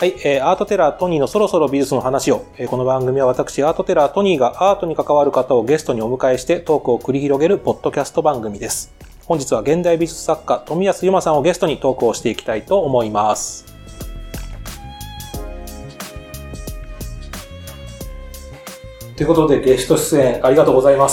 はい、アートテラートニーのそろそろ美術の話を、この番組は私アートテラートニーがアートに関わる方をゲストにお迎えしてトークを繰り広げるポッドキャスト番組です。本日は現代美術作家富安由真さんをゲストにトークをしていきたいと思います。ということでゲスト出演ありがとうございます。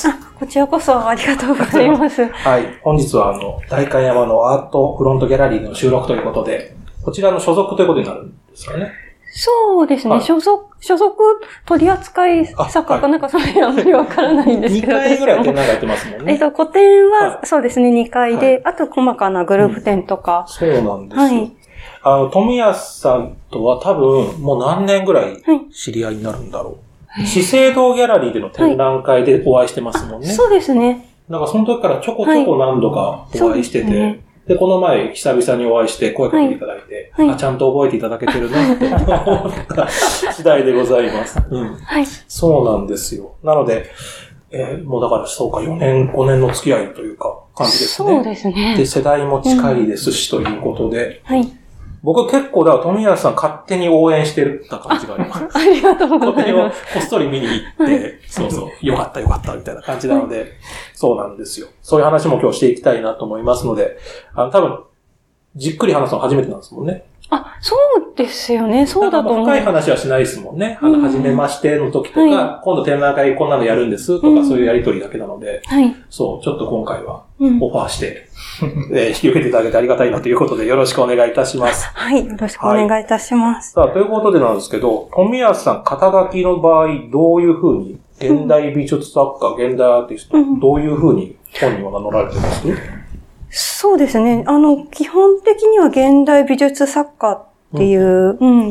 こちらこそありがとうございます。 はい、本日は代官山のアートフロントギャラリーでの収録ということで、こちらの所属ということになるんですかね。 そうですね。はい、所属取扱作家かなんかそれあんまりわからないんですけど。 2回ぐらい展覧会やってますもんね。 個展は、そうですね、2回で、あと細かなグループ展とか。 そうなんですよ。はい、富安さんとは多分もう何年ぐらい知り合いになるんだろう。資生堂ギャラリーでの展覧会でお会いしてますもんね。 そうですね。 なんかその時からちょこちょこ何度かお会いしてて、で、この前、久々にお会いして声かけていただいて、ちゃんと覚えていただけてるなって思った次第でございます。そうなんですよ。なので、もうだからそうか、4年、5年の付き合いというか、感じですね。 そうですね。 で、世代も近いですし、ということで、僕は結構、だから富安さん勝手に応援してた感じがあります。 ありがとうございます。 こっそり見に行って、そうそう、よかったよかったみたいな感じなので、そうなんですよ。そういう話も今日していきたいなと思いますので、多分、じっくり話すの初めてなんですもんね。 そうですよね。そうだと思う。 深い話はしないですもんね。初めましての時とか、今度展覧会こんなのやるんですとか、そういうやりとりだけなので、そう、ちょっと今回はオファーして、引き受けていただけてありがたいなということでよろしくお願いいたします。 はい、よろしくお願いいたします。 さあ、ということでなんですけど、富安さん肩書きの場合、どういうふうに、現代美術作家、現代アーティスト、どういうふうに本人は名乗られてます？ そうですね。基本的には現代美術作家っていう、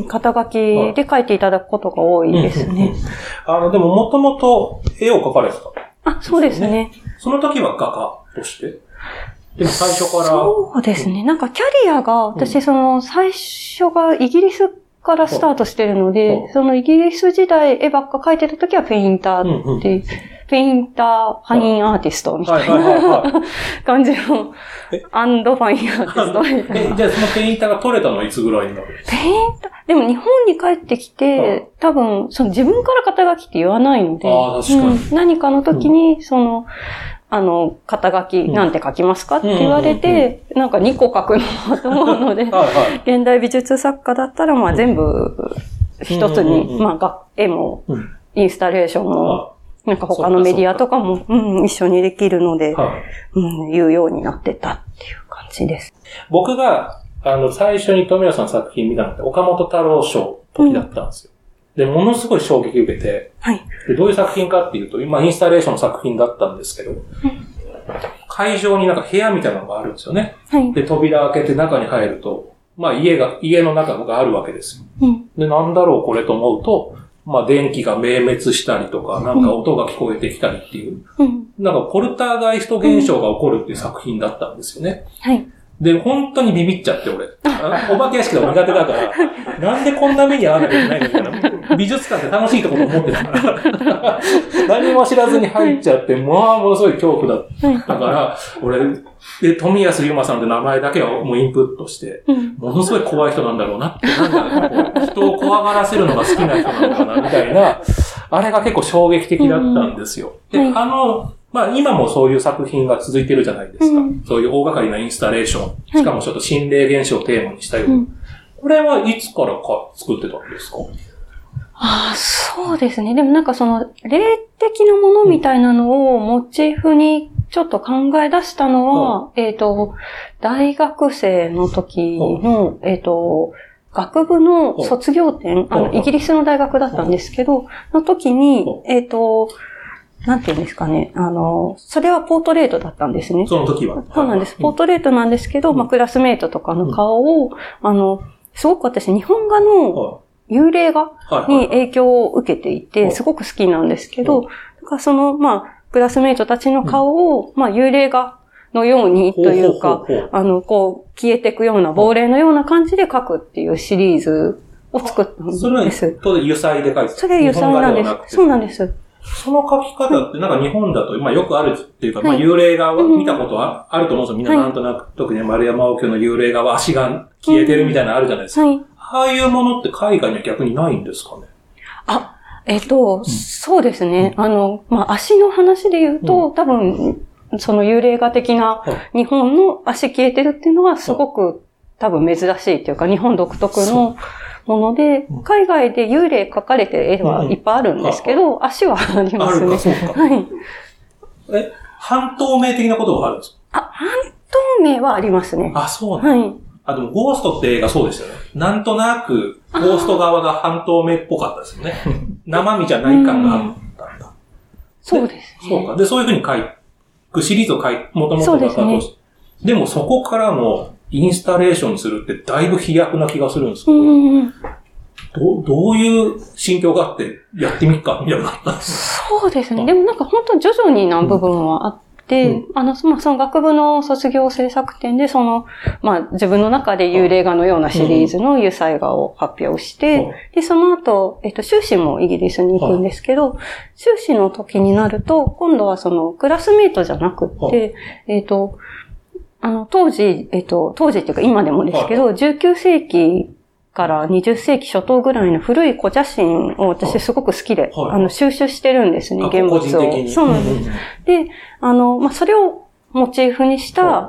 肩書きで書いていただくことが多いですね。 でももともと絵を描かれてた、 そうですね。 その時は画家としてでも最初から。 そうですね。なんかキャリアが、私最初がイギリスからスタートしてるので、そのイギリス時代絵ばっか描いてる時はペインターって、ペインター、ファインアーティストみたいな感じの、アンドファインアーティストみたいな。 じゃあそのペインターが取れたのはいつぐらいになるんですか？ ペインター、でも日本に帰ってきて、多分、自分から肩書きって言わないので、 確かに何かの時に、肩書きなんて書きますかって言われて、なんか2個書くのはと思うので、現代美術作家だったら、全部一つに、絵も、インスタレーションも、なんか他のメディアとかも、一緒にできるので、言うようになってたっていう感じです。 僕が、最初に富安さんの作品見たのって、岡本太郎賞時だったんですよ。で、ものすごい衝撃を受けて、で、どういう作品かっていうと、今インスタレーションの作品だったんですけど、会場になんか部屋みたいなのがあるんですよね。で、扉開けて中に入ると、家の中があるわけですよ。で、なんだろうこれと思うと、電気が明滅したりとか、なんか音が聞こえてきたりっていう、なんかポルターガイスト現象が起こるっていう作品だったんですよね。で、本当にビビっちゃって俺。お化け屋敷が苦手だから、なんでこんな目に遭わなきゃいけないのみたいな。美術館って楽しいところと思ってたから。何も知らずに入っちゃって、ものすごい恐怖だったから、俺、で、富安由真さんって名前だけはもうインプットして、ものすごい怖い人なんだろうなって、なんか人を怖がらせるのが好きな人なのかな、みたいな、あれが結構衝撃的だったんですよ。で、今もそういう作品が続いてるじゃないですか。そういう大掛かりなインスタレーション。しかもちょっと心霊現象をテーマにしたような。これはいつから作ってたんですか？ そうですね。でもなんか霊的なものみたいなのをモチーフにちょっと考え出したのは、大学生の時の、学部の卒業展、イギリスの大学だったんですけど、の時に、なんていうんですかね。それはポートレートだったんですね。 その時は。 そうなんです。ポートレートなんですけど、クラスメイトとかの顔を、すごく私、日本画の幽霊画に影響を受けていて、すごく好きなんですけど、だからクラスメイトたちの顔を、幽霊画のようにというか、消えていくような、亡霊のような感じで描くっていうシリーズを作ったんです。 それは、油彩で描いてた？ それ油彩なんです。そうなんです。 その書き方ってなんか日本だと、よくあるっていうか、幽霊画を見たことはあると思うんですよ。みんななんとなく、特に丸山応挙の幽霊画は足が消えてるみたいなのあるじゃないですか。 ああいうものって海外には逆にないんですかね？ そうですね。足の話で言うと、多分、その幽霊画的な日本の足消えてるっていうのはすごく多分珍しいというか、日本独特のもので、海外で幽霊描かれてる絵はいっぱいあるんですけど、足はありますね。 あるか、そうか。 はい。 半透明的なことがあるんですか？ 半透明はありますね。 そうなんだ。はい。でも、ゴーストって映画そうですよね。なんとなく、ゴースト側が半透明っぽかったですよね。生身じゃない感があったんだ。 そうですね。そうか。で、そういうふうに描くシリーズをもともとだったとして。でも、そこからのインスタレーションするってだいぶ飛躍な気がするんですけど、どういう心境があって、やってみっか、みたいな。 そうですね。でもなんか本当徐々にな部分はあって、その学部の卒業制作展で、自分の中で幽霊画のようなシリーズの油彩画を発表して、で、その後、修士もイギリスに行くんですけど、修士の時になると、今度はそのクラスメイトじゃなくって、当時っていうか今でもですけど、19世紀から20世紀初頭ぐらいの古い古写真を私すごく好きで、収集してるんですね、現物を。そうなんです。で、それをモチーフにした、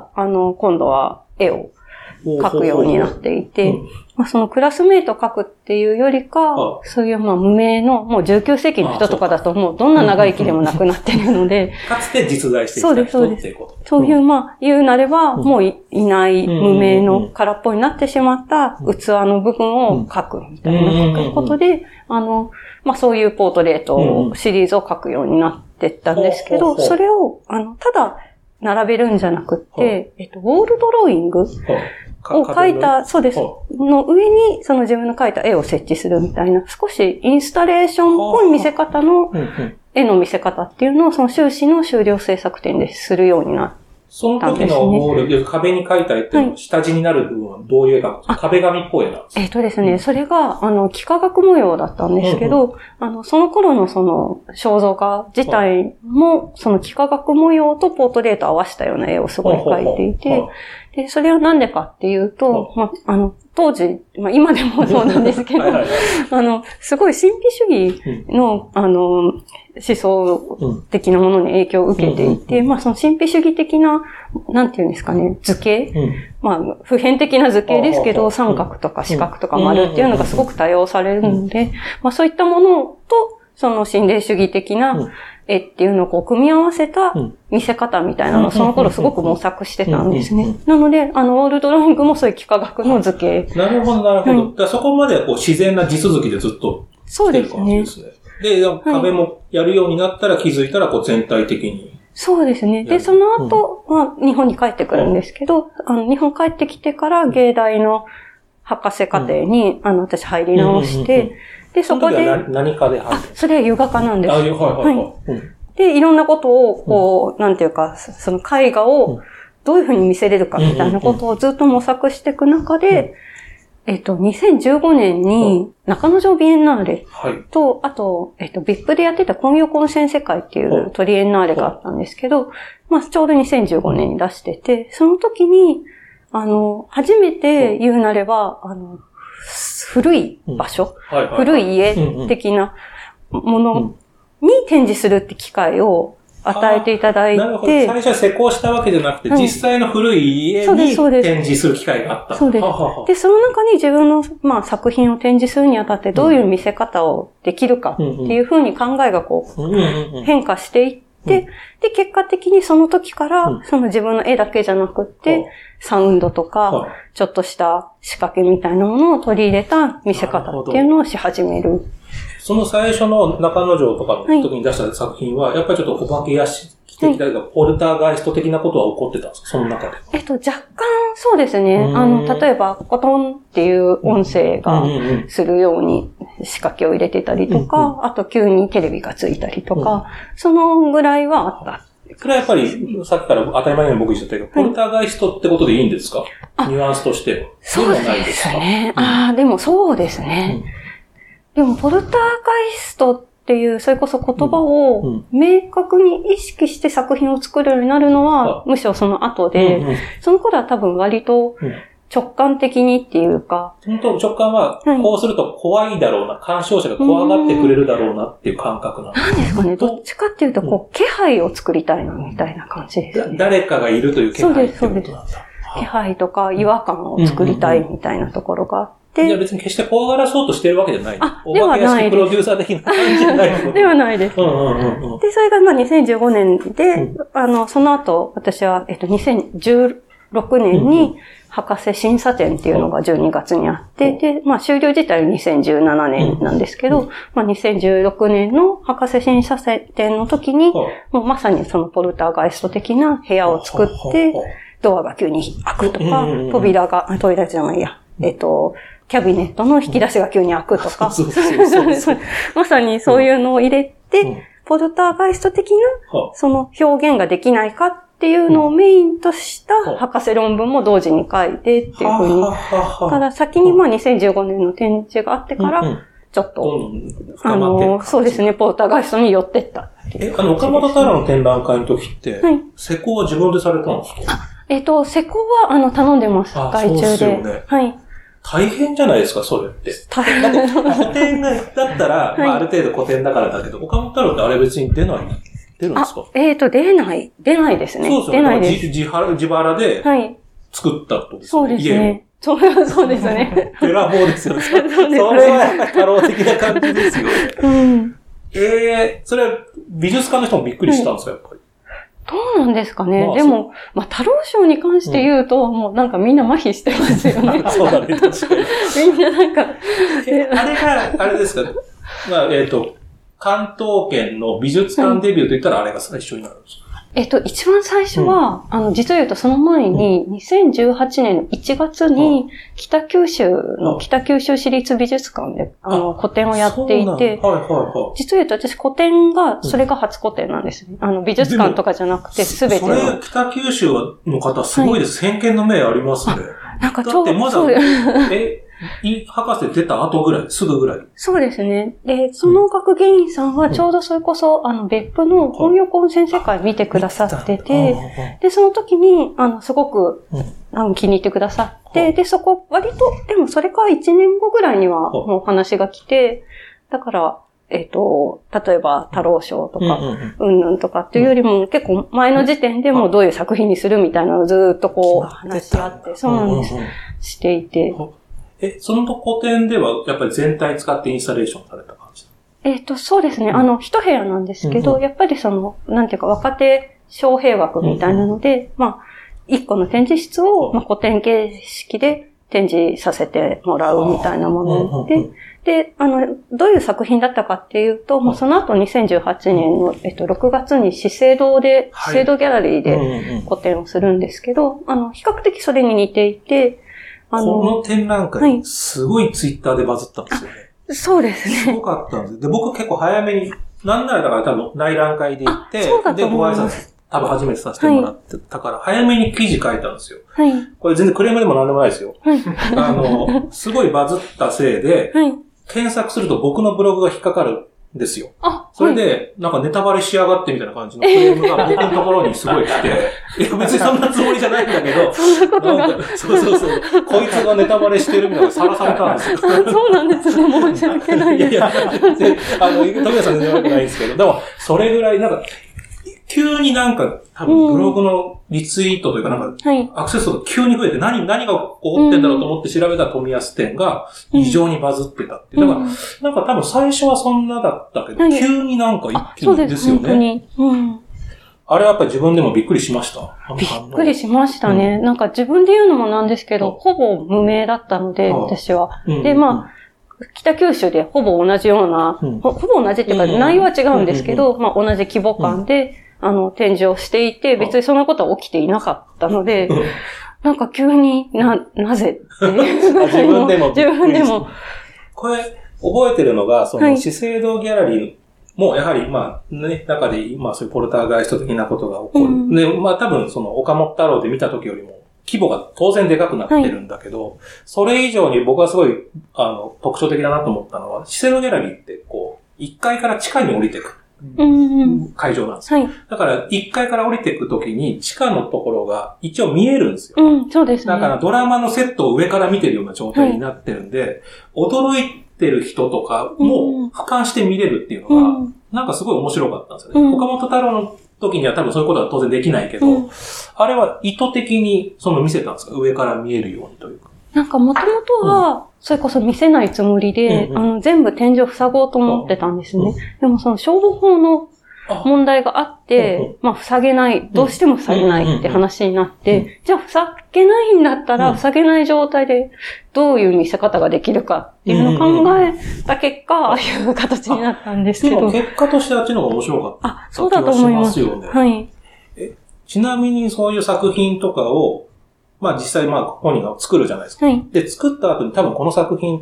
今度は絵を描くようになっていて、そのクラスメイト描くっていうよりか、そういう無名の、もう19世紀の人とかだともうどんな長生きでもなくなっているので、 かつて実在していた人っていうこと。 そういう、言うなれば、もういない無名の空っぽになってしまった器の部分を描くみたいなことで、そういうポートレートシリーズを描くようになってったんですけど、それを、ただ並べるんじゃなくて、ウォールドローイングを描いた、そうです。の上に、その自分の描いた絵を設置するみたいな、少しインスタレーションっぽい見せ方の、絵の見せ方っていうのを、その修士の修了制作展でするようになったんですね。 その時のウォール、壁に描いた絵って下地になる部分はどういう絵か、壁紙っぽい絵なんですか？ ですね、それが、幾何学模様だったんですけど、その頃のその肖像画自体も、その幾何学模様とポートレートを合わせたような絵をすごい描いていて、で、それはなんでかっていうと、当時、今でもそうなんですけど、すごい神秘主義の、思想的なものに影響を受けていて、その神秘主義的な、なんていうんですかね、図形、普遍的な図形ですけど、三角とか四角とか丸っていうのがすごく多用されるので、そういったものと、その心霊主義的な絵っていうのを組み合わせた見せ方みたいなのをその頃すごく模索してたんですね。なので、ウォールドローイングもそういう幾何学の図形。 なるほど、なるほど。そこまで自然な地続きでずっと来てる感じですね。で、壁もやるようになったら気づいたら全体的に。 そうですね。で、その後、日本に帰ってくるんですけど、日本帰ってきてから芸大の博士課程に、私入り直して、で、そこで。 何科で入る？ それは油画科なんです。で、いろんなことを、なんていうか、その絵画をどういうふうに見せれるかみたいなことをずっと模索していく中で、2015年に中之条ビエンナーレと、あと、別府でやってた混葉混戦世界っていうトリエンナーレがあったんですけど、ちょうど2015年に出してて、その時に、初めて言うなれば、古い場所、古い家的なものに展示するって機会を与えていただいて。 なるほど。最初は施工したわけじゃなくて、実際の古い家に展示する機会があった。 そうです。で、その中に自分の、作品を展示するにあたってどういう見せ方をできるかっていうふうに考えが変化していって、で、結果的にその時から、その自分の絵だけじゃなくって、サウンドとか、ちょっとした仕掛けみたいなものを取り入れた見せ方っていうのをし始める。 その最初の中之条とかの時に出した作品は、やっぱりちょっとお化け屋敷的だけど、ポルターガイスト的なことは起こってたんですか？その中で。 若干そうですね。例えば、コトンっていう音声がするように仕掛けを入れてたりとか、あと急にテレビがついたりとか、そのぐらいはあった。 それはやっぱり、さっきから当たり前のように僕言ってたけど、ポルターガイストってことでいいんですか？ニュアンスとしては。 そうですね。でもそうですね。でも、ポルターガイストっていう、それこそ言葉を明確に意識して作品を作るようになるのは、むしろその後で、その頃は多分割と、 直感的にっていうか。 本当直感は、こうすると怖いだろうな、鑑賞者が怖がってくれるだろうなっていう感覚なんです。 なんですかね、どっちかっていうと、こう、気配を作りたいな、みたいな感じですね。 誰かがいるという気配ってことなんだ。 気配とか違和感を作りたいみたいなところがあって。 じゃあ別に決して怖がらそうとしてるわけじゃない。 ではないです。お化け屋敷プロデューサー的な感じじゃない。 ではないです。で、それが2015年で、その後、私は、2016年に、博士審査展っていうのが12月にあって、で、終了自体は2017年なんですけど、2016年の博士審査展の時に、もうまさにそのポルターガイスト的な部屋を作って、ドアが急に開くとか、扉じゃないや、キャビネットの引き出しが急に開くとか、まさにそういうのを入れて、ポルターガイスト的な、その表現ができないかっていうのをメインとした博士論文も同時に書いてっていうふうに。ただ先に2015年の展示があってから、ちょっと、そうですね、ポルターガイストに寄ってったっていう。 岡本太郎の展覧会の時って、施工は自分でされたんですか？ 施工は頼んでます、外注で。そうですよね。はい。 大変じゃないですか、それって。大変。だって古典だったら、ある程度古典だからだけど、岡本太郎ってあれ別に出るんですか？ 出ないですね。 そうですよね。出ないです。自腹で作ったってことですね。 そうですね。そうですね。 べらぼうですよね。それはやっぱり太郎的な感じですよね。それは美術家の人もびっくりしたんですか、やっぱり。 どうなんですかね。でも、太郎賞に関して言うと、もうなんかみんな麻痺してますよね。 そうだね、確かに。 みんななんか。 あれが、あれですか、関東圏の美術館デビューと言ったらあれが最初になるんですか？ 一番最初は、実を言うとその前に、2018年の1月に、北九州市立美術館で、個展をやっていて、実を言うと私個展が、それが初個展なんですね。美術館とかじゃなくて、すべての。 それ、北九州の方すごいです。先見の明ありますね。 なんかちょうど、 だってまだ、博士出た後ぐらい、すぐぐらい。 そうですね。で、その学芸員さんはちょうどそれこそ、別府の本予根先生会見てくださってて、で、その時に、すごく、気に入ってくださって、で、割と、でもそれから1年後ぐらいには、もう話が来て、だから、例えば、太郎賞とか、うんぬんとかっていうよりも、結構前の時点でもうどういう作品にするみたいなのをずっと話し合って、そうなんです。していて。 その個展では、やっぱり全体使ってインスタレーションされた感じ？ そうですね。一部屋なんですけど、やっぱりなんていうか、若手小平枠みたいなので、一個の展示室を、古典形式で展示させてもらうみたいなもので、どういう作品だったかっていうと、その後2018年の、6月に資生堂ギャラリーで個展をするんですけど、比較的それに似ていて、 この展覧会、すごいツイッターでバズったんですよね。 そうですね。 すごかったんです。で、僕結構早めに、なんならだから多分内覧会で行って、で、ご挨拶多分初めてさせてもらってたから、早めに記事書いたんですよ。これ全然クレームでもなんでもないですよ。すごいバズったせいで、検索すると僕のブログが引っかかるんですよ。それで、なんかネタバレしやがってみたいな感じのクレームが僕のところにすごい来て、いや別にそんなつもりじゃないんだけど、そう、こいつがネタバレしてるみたいなのがさらされたんですよ。 そうなんですね、申し訳ないです。 いや、富田さん全然悪くないんですけど、でも、それぐらい、なんか、急になんか、多分ブログのリツイートというか、なんか、アクセス数が急に増えて、何が起こってんだろうと思って調べた富安店が異常にバズってたっていう。だから、なんか多分最初はそんなだったけど、急になんか一気にですよね。あれはやっぱり自分でもびっくりしました。 びっくりしましたね。なんか自分で言うのもなんですけど、ほぼ無名だったので、私は。で、北九州でほぼ同じような、ほぼ同じっていうか内容は違うんですけど、同じ規模感で、展示をしていて、別にそんなことは起きていなかったので、なんか急になぜって自分でも。これ、覚えてるのが、資生堂ギャラリーも、やはり、中で、そういうポルターガイスト的なことが起こる。で、多分、岡本太郎で見た時よりも、規模が当然でかくなってるんだけど、それ以上に僕はすごい、特徴的だなと思ったのは、資生堂ギャラリーって、1階から地下に降りていく。 会場なんですよ。だから1階から降りていくときに地下のところが一応見えるんですよ。 そうですね。 だからドラマのセットを上から見てるような状態になってるんで、驚いてる人とかも俯瞰して見れるっていうのが、なんかすごい面白かったんですよね。岡本太郎の時には多分そういうことは当然できないけど、あれは意図的に見せたんですか？上から見えるようにというか。 なんかもともとは、それこそ見せないつもりで、全部天井塞ごうと思ってたんですね。でもその消防法の問題があって、塞げない、どうしても塞げないって話になって、じゃあ塞げないんだったら、塞げない状態でどういう見せ方ができるかっていうのを考えた結果、ああいう形になったんですけど。 でも結果としてあっちの方が面白かった。 そうだと思います。はい。 ちなみにそういう作品とかを、実際本人が作るじゃないですか。で、作った後に多分この作品って、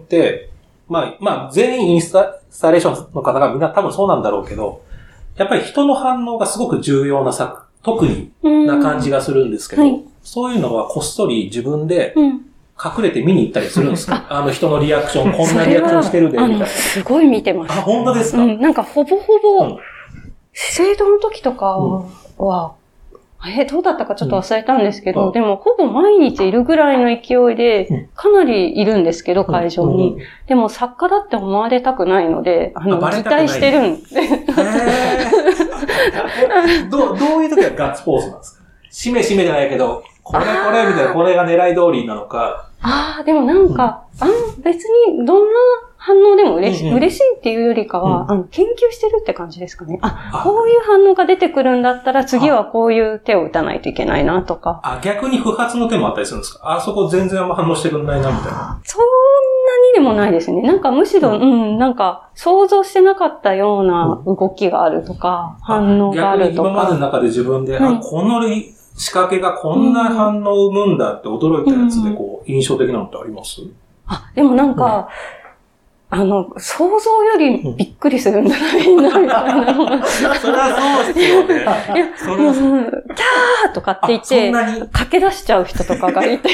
全員インスタレーションの方がみんな多分そうなんだろうけど、やっぱり人の反応がすごく重要な特にな感じがするんですけど、そういうのはこっそり自分で隠れて見に行ったりするんですか？人のリアクション、こんなリアクションしてるで、みたいな。 すごい見てます。 本当ですか？ なんかほぼほぼ、資生堂の時とかは、どうだったかちょっと忘れたんですけど、でもほぼ毎日いるぐらいの勢いで、かなりいるんですけど、会場に。でも作家だって思われたくないので、擬態してるんで。 どういう時はガッツポーズなんですか？しめじゃないけど、これみたいな、これが狙い通りなのか。 でもなんか、別にどんな反応でも嬉しいっていうよりかは、研究してるって感じですかね。こういう反応が出てくるんだったら次はこういう手を打たないといけないなとか。 逆に不発の手もあったりするんですか？そこ全然反応してくれないなみたいな。 そんなにでもないですね。なんかむしろ、なんか想像してなかったような動きがあるとか、反応があるとか。 逆に今までの中で自分で、この仕掛けがこんな反応を生むんだって驚いたやつで印象的なのってあります？ でもなんか、想像よりびっくりするんじゃないな、みたいなのが。 それはそうですよね。 キャーとかって言って、駆け出しちゃう人とかがいて。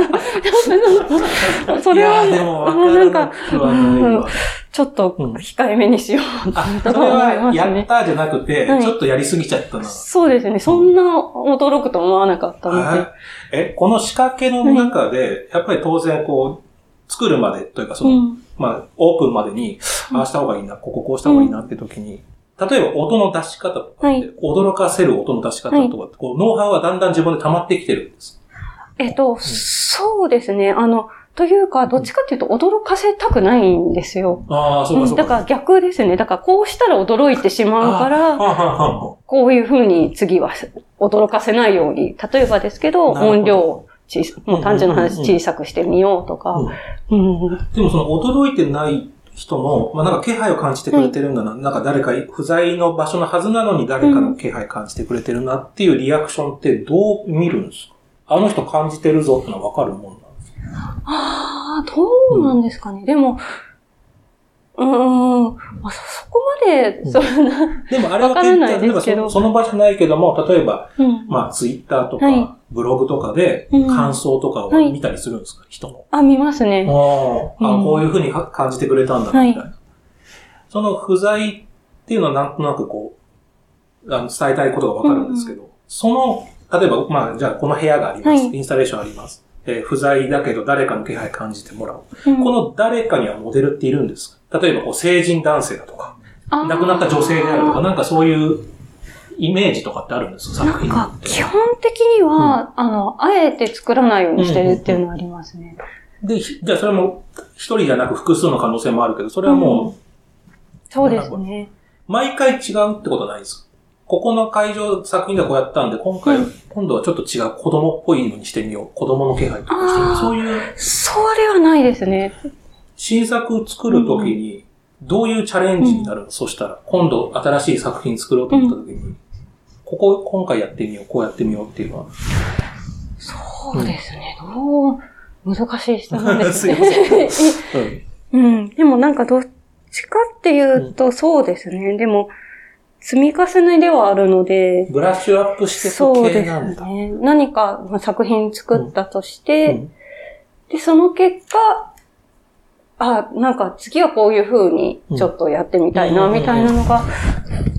それは、なんか、ちょっと控えめにしようと思いますね。それはやったじゃなくて、ちょっとやりすぎちゃったな。 そうですね。そんな驚くと思わなかったので。この仕掛けの中で、やっぱり当然作るまでというかオープンまでに、ああした方がいいな、こうした方がいいなって時に、例えば音の出し方とかって、驚かせる音の出し方とかって、ノウハウはだんだん自分で溜まってきてるんです。 そうですね。というか、どっちかっていうと驚かせたくないんですよ。 そうか。 だから逆ですね。だからこうしたら驚いてしまうから、こういう風に次は驚かせないように、例えばですけど、音量をもう単純な話小さくしてみようとか。 でもその驚いてない人も、なんか気配を感じてくれてるんだな。なんか誰か不在の場所のはずなのに誰かの気配感じてくれてるなっていうリアクションってどう見るんですか？あの人感じてるぞってのはわかるもんなんですか？ どうなんですかね。でも、そこまで、そんな、 でもあれはその場じゃないけども、例えば、ツイッターとか、ブログとかで、感想とかを見たりするんですか？人の。 見ますね。 こういうふうに感じてくれたんだ、みたいな。その不在っていうのはなんとなく伝えたいことがわかるんですけど、例えば、じゃあこの部屋があります。インスタレーションあります。不在だけど誰かの気配感じてもらう。この誰かにはモデルっているんですか？例えば成人男性だとか、亡くなった女性であるとか、なんかそういうイメージとかってあるんですか？作品なんか基本的には、あえて作らないようにしてるっていうのはありますね。 で、じゃあそれも一人じゃなく複数の可能性もあるけど、それはもう、 そうですね。 毎回違うってことはないですか？ここの会場作品でこうやったんで、今度はちょっと違う子供っぽいのにしてみよう。子供の気配とかしてみよう。そういう。 それはないですね。 新作作るときに、どういうチャレンジになるの？そしたら、今度新しい作品作ろうと思ったときに、今回やってみよう、こうやってみようっていうのは。 そうですね。難しい質問ですね。でもなんかどっちかっていうと、そうですね。でも、積み重ねではあるので。 ブラッシュアップしていく系なんだ。 そうですね。何か作品作ったとして、で、その結果、なんか次はこういう風にちょっとやってみたいな、みたいなのが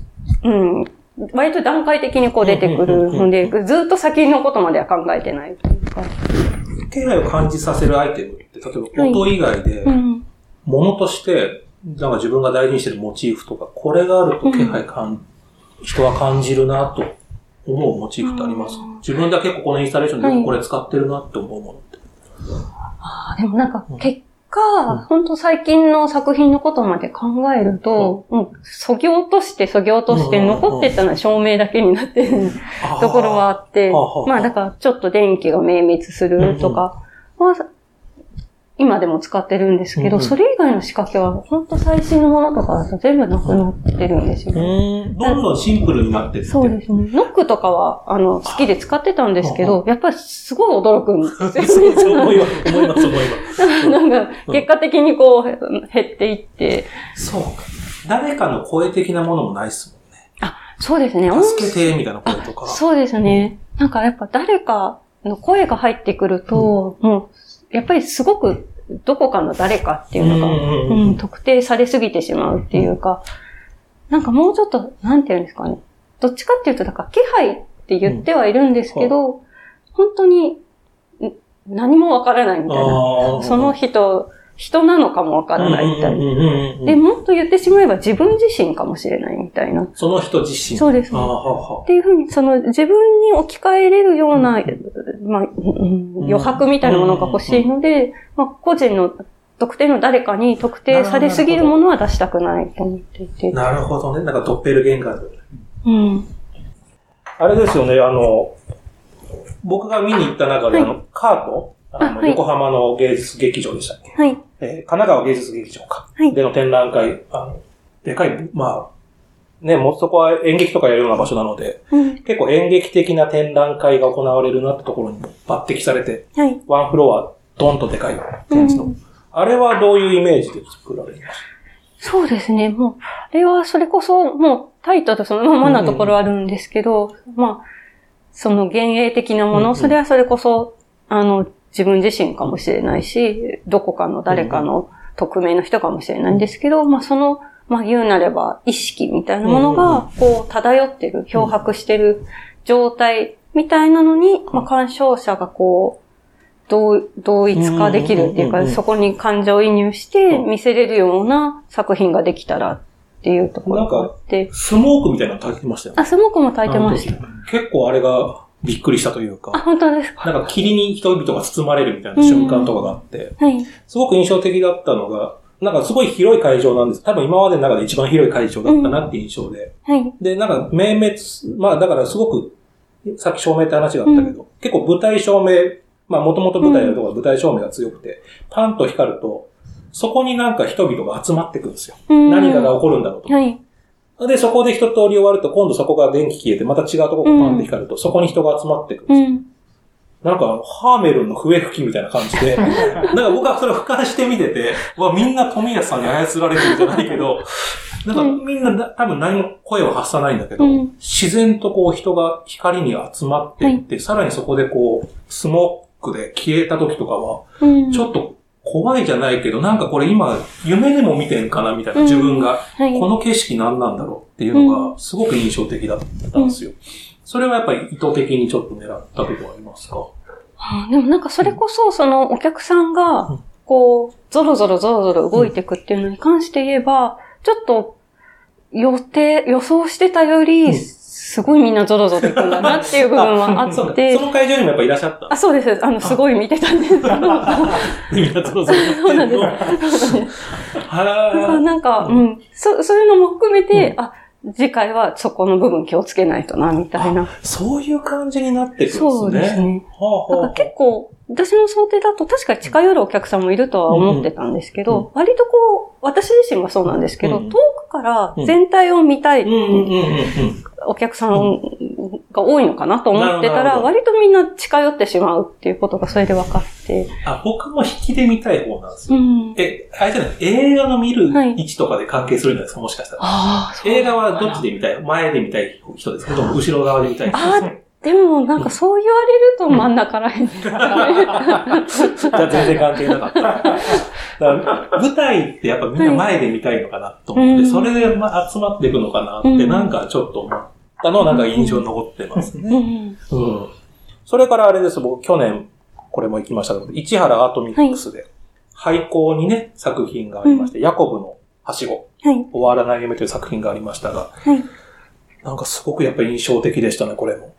割と段階的にこう出てくるので、ずっと先のことまでは考えてないというか。 気配を感じさせるアイテムって、例えば音以外で、物として、なんか自分が大事にしてるモチーフとか、これがあると気配人は感じるなと思うモチーフってあります？自分だけここのインスタレーションでよくこれ使ってるなって思うものって。 でもなんか結果、本当最近の作品のことまで考えると、削ぎ落として残ってたのは照明だけになってるところはあって、まあだからちょっと電気が明滅するとかは、今でも使ってるんですけど、それ以外の仕掛けは本当最新のものとかだと全部なくなってるんですよね。 どんどんシンプルになってる。 そうですね。ノックとかは、好きで使ってたんですけど、やっぱりすごい驚くんですよね。 そう思います。 なんか、結果的にこう、減っていって。 そうか。誰かの声的なものもないっすもんね。 そうですね。 助けて、みたいな声とか。 そうですね。なんかやっぱ誰かの声が入ってくると、もう、やっぱりすごくどこかの誰かっていうのが、特定されすぎてしまうっていうか、なんかもうちょっと、なんていうんですかね。どっちかっていうと、だから気配って言ってはいるんですけど、本当に何もわからないみたいな。その人なのかもわからないみたいな。で、もっと言ってしまえば自分自身かもしれないみたいな。 その人自身。 そうですね。っていうふうに、自分に置き換えれるような、余白みたいなものが欲しいので、個人の特定の誰かに特定されすぎるものは出したくないと思っていて。 なるほどね。なんかドッペルゲンガーズ。あれですよね、僕が見に行った中で、カート横浜の芸術劇場でしたっけ？ はい。 神奈川芸術劇場か。はい。での展覧会、でかい、もうそこは演劇とかやるような場所なので、結構演劇的な展覧会が行われるなってところに抜擢されて、ワンフロア、ドンとでかい感じの。あれはどういうイメージで作られました？ そうですね。もう、あれはそれこそ、もうタイトルそのままなところあるんですけど、その幻影的なもの、それはそれこそ、自分自身かもしれないし、どこかの誰かの匿名の人かもしれないんですけど、言うなれば意識みたいなものが、こう、漂ってる、漂白してる状態みたいなのに、鑑賞者がこう、同一化できるっていうか、そこに感情移入して見せれるような作品ができたらっていうところがあって。 スモークみたいなの焚いてましたよね。 スモークも焚いてました。 結構あれが、びっくりしたというか。 本当ですか？ なんか霧に人々が包まれるみたいな瞬間とかがあって、すごく印象的だったのが、なんかすごい広い会場なんです。多分今までの中で一番広い会場だったなっていう印象で。で、なんか明滅、だからすごく、さっき照明って話があったけど、結構舞台照明、もともと舞台のところは舞台照明が強くて、パンと光ると、そこになんか人々が集まってくるんですよ。何かが起こるんだろうと。で、そこで一通り終わると、今度そこが電気消えて、また違うところがパンって光ると、そこに人が集まってくるんですよ。なんか、ハーメルンの笛吹きみたいな感じで、なんか僕はそれを俯瞰して見てて、みんな富安さんに操られてるんじゃないけど、なんかみんな多分何も声を発さないんだけど、自然とこう人が光に集まっていって、さらにそこでこう、スモークで消えた時とかは、ちょっと怖いじゃないけど、なんかこれ今、夢でも見てんかなみたいな自分が、この景色何なんだろうっていうのが、すごく印象的だったんですよ。それはやっぱり意図的にちょっと狙ったところありますか？ でもなんかそれこそ、お客さんが、こう、ゾロゾロ動いていくっていうのに関して言えば、ちょっと、予想してたより、すごいみんなゾロゾロ行くんだなっていう部分はあって。 その会場にもやっぱいらっしゃった？ そうです。すごい見てたんですけど。みんなゾロゾロ行ってそうなんです。なんか、そういうのも含めて、次回はそこの部分気をつけないとな、みたいな。 そういう感じになってくるんですね。 そうですね。結構、私の想定だと確かに近寄るお客さんもいるとは思ってたんですけど、割とこう、私自身がそうなんですけど、遠くから全体を見たいお客さんが多いのかなと思ってたら、割とみんな近寄ってしまうっていうことがそれで分かって。 僕も引きで見たい方なんですよ。あれじゃない、映画の見る位置とかで関係するんじゃないですか、もしかしたら。映画はどっちで見たい？前で見たい人ですけど、後ろ側で見たい人ですね。 でもなんかそう言われると真ん中らへんですかね。 じゃあ全然関係なかった。だから舞台ってやっぱみんな前で見たいのかなと思って、それで集まっていくのかなってなんかちょっと思ったのはなんか印象に残ってますね。それからあれです、僕去年これも行きましたけど、市原アートミックスで廃校にね、作品がありまして、ヤコブのはしご、終わらない夢という作品がありましたが、なんかすごくやっぱり印象的でしたね、これも。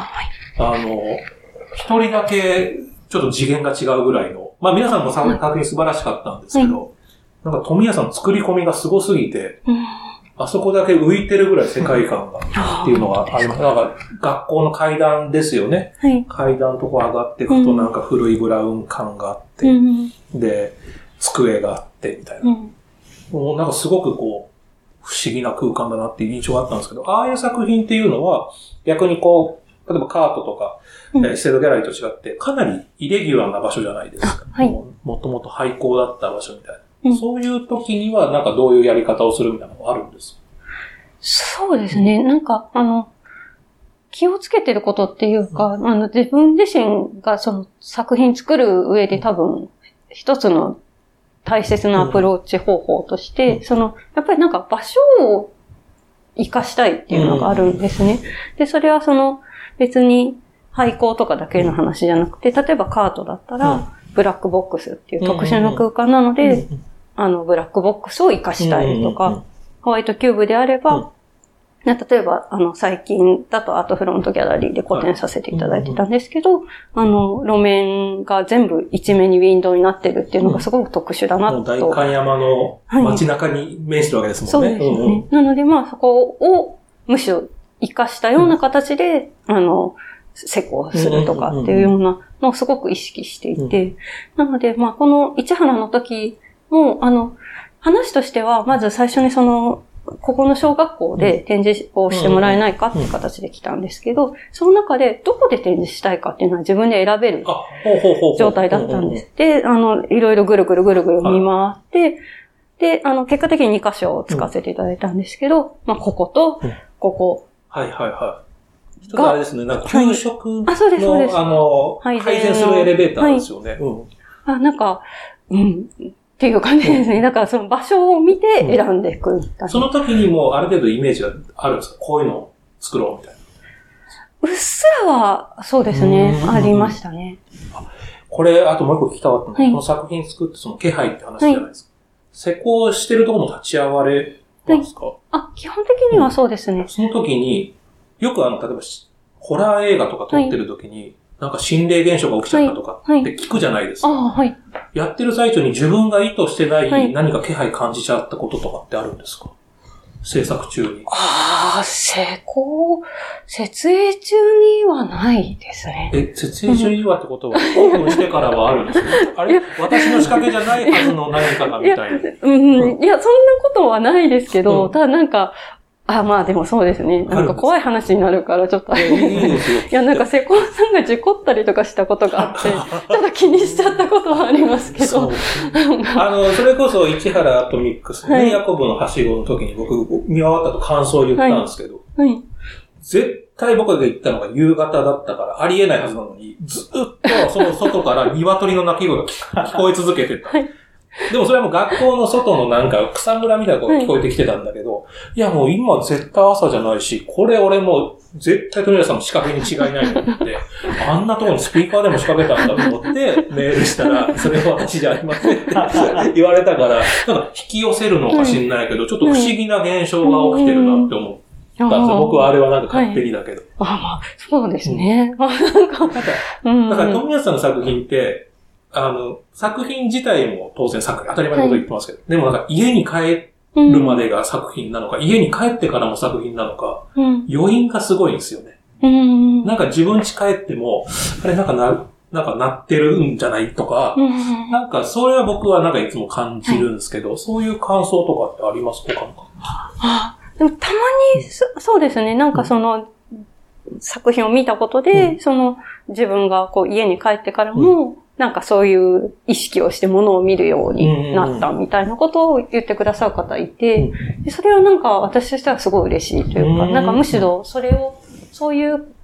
一人だけちょっと次元が違うぐらいの、まあ皆さんも作品素晴らしかったんですけど、なんか富谷さんの作り込みがすごすぎて、あそこだけ浮いてるぐらい世界観がっていうのがあります。なんか学校の階段ですよね。階段のとこ上がっていくとなんか古いブラウン感があって、で、机があってみたいな。もうなんかすごくこう、不思議な空間だなっていう印象があったんですけど、ああいう作品っていうのは逆にこう、例えばカートとか、ステートギャラリーと違って、かなりイレギュラーな場所じゃないですか。もともと廃校だった場所みたいな。そういう時には、なんかどういうやり方をするみたいなのがあるんですか？ そうですね。なんか、気をつけてることっていうか、自分自身がその作品作る上で多分、一つの大切なアプローチ方法として、やっぱりなんか場所を活かしたいっていうのがあるんですね。で、それは別に廃校とかだけの話じゃなくて、例えばカートだったら、ブラックボックスっていう特殊な空間なので、ブラックボックスを活かしたいとか、ホワイトキューブであれば、例えば、最近だとアートフロントギャラリーで個展させていただいてたんですけど、路面が全部一面にウィンドウになってるっていうのがすごく特殊だなと。 代官山の街中に面してるわけですもんね。 そうですね。なのでそこをむしろ活かしたような形で、施工するとかっていうようなのをすごく意識していて、なので、この市原の時も、話としては、まず最初にここの小学校で展示をしてもらえないかっていう形で来たんですけど、その中でどこで展示したいかっていうのは自分で選べる状態だったんです。で、いろいろぐるぐる見回って、で、結果的に2箇所を使わせていただいたんですけど、ここと、ここ。 一つあれですね、なんか給食の、改善するエレベーターですよね。 なんか、っていう感じですね。だからその場所を見て選んでいくみたいな。 その時にもある程度イメージがあるんですか？こういうのを作ろうみたいな。 うっすらは、そうですね。ありましたね。 これ、あともう一個聞きたかったのは、この作品作ってその気配って話じゃないですか。施工してるところも立ち会われますか？ 基本的にはそうですね。 その時に、よく例えば、ホラー映画とか撮ってる時に、なんか心霊現象が起きちゃったとかって聞くじゃないですか。やってる最中に自分が意図してない何か気配感じちゃったこととかってあるんですか？制作中に。 設営中にはないですね。 設営中にはってことは、オープンしてからはあるんですか？あれ私の仕掛けじゃないはずの何かがみたいな。 いや、そんなことはないですけど、ただなんか、でもそうですね。なんか怖い話になるからちょっと。いや、なんか施工さんが事故ったりとかしたことがあって、ちょっと気にしちゃったことはありますけど。 それこそ市原アトミックスね、ヤコブのはしごの時に僕見終わったと感想を言ったんですけど、絶対僕が言ったのが夕方だったからありえないはずなのに、ずっとその外から鶏の鳴き声が聞こえ続けてた。でもそれはもう学校の外のなんか草むらみたいなことが聞こえてきてたんだけど、いやもう今絶対朝じゃないし、これ俺もう絶対富田さんの仕掛けに違いないと思って、あんなところにスピーカーでも仕掛けたんだと思ってメールしたら、それは私じゃありませんって言われたから、なんか引き寄せるのか知んないけど、ちょっと不思議な現象が起きてるなって思ったんですよ。僕はあれはなんか勝手にだけど。 そうですね。 だから富田さんの作品って、作品自体も当然当たり前のこと言ってますけど、でもなんか家に帰るまでが作品なのか、家に帰ってからも作品なのか、余韻がすごいんですよね。なんか自分家帰っても、あれなんか鳴ってるんじゃないとか、なんかそれは僕はなんかいつも感じるんですけど、そういう感想とかってありますか？ でもたまにそうですね、なんか作品を見たことで、自分が家に帰ってからも、なんかそういう意識をして物を見るようになったみたいなことを言ってくださる方いて、それはなんか私としてはすごい嬉しいというか、なんかむしろそういう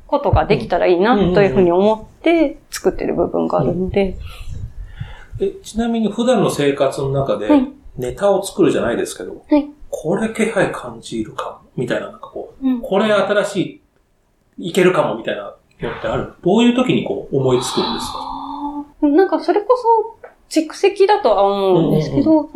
ことができたらいいなというふうに思って作ってる部分があるので。 ちなみに普段の生活の中でネタを作るじゃないですけど、はい、これ気配感じるかもみたいな、なんかこう、これ新しい、いけるかもみたいなのってある？どういう時にこう思いつくんですか？ なんかそれこそ蓄積だとは思うんですけど、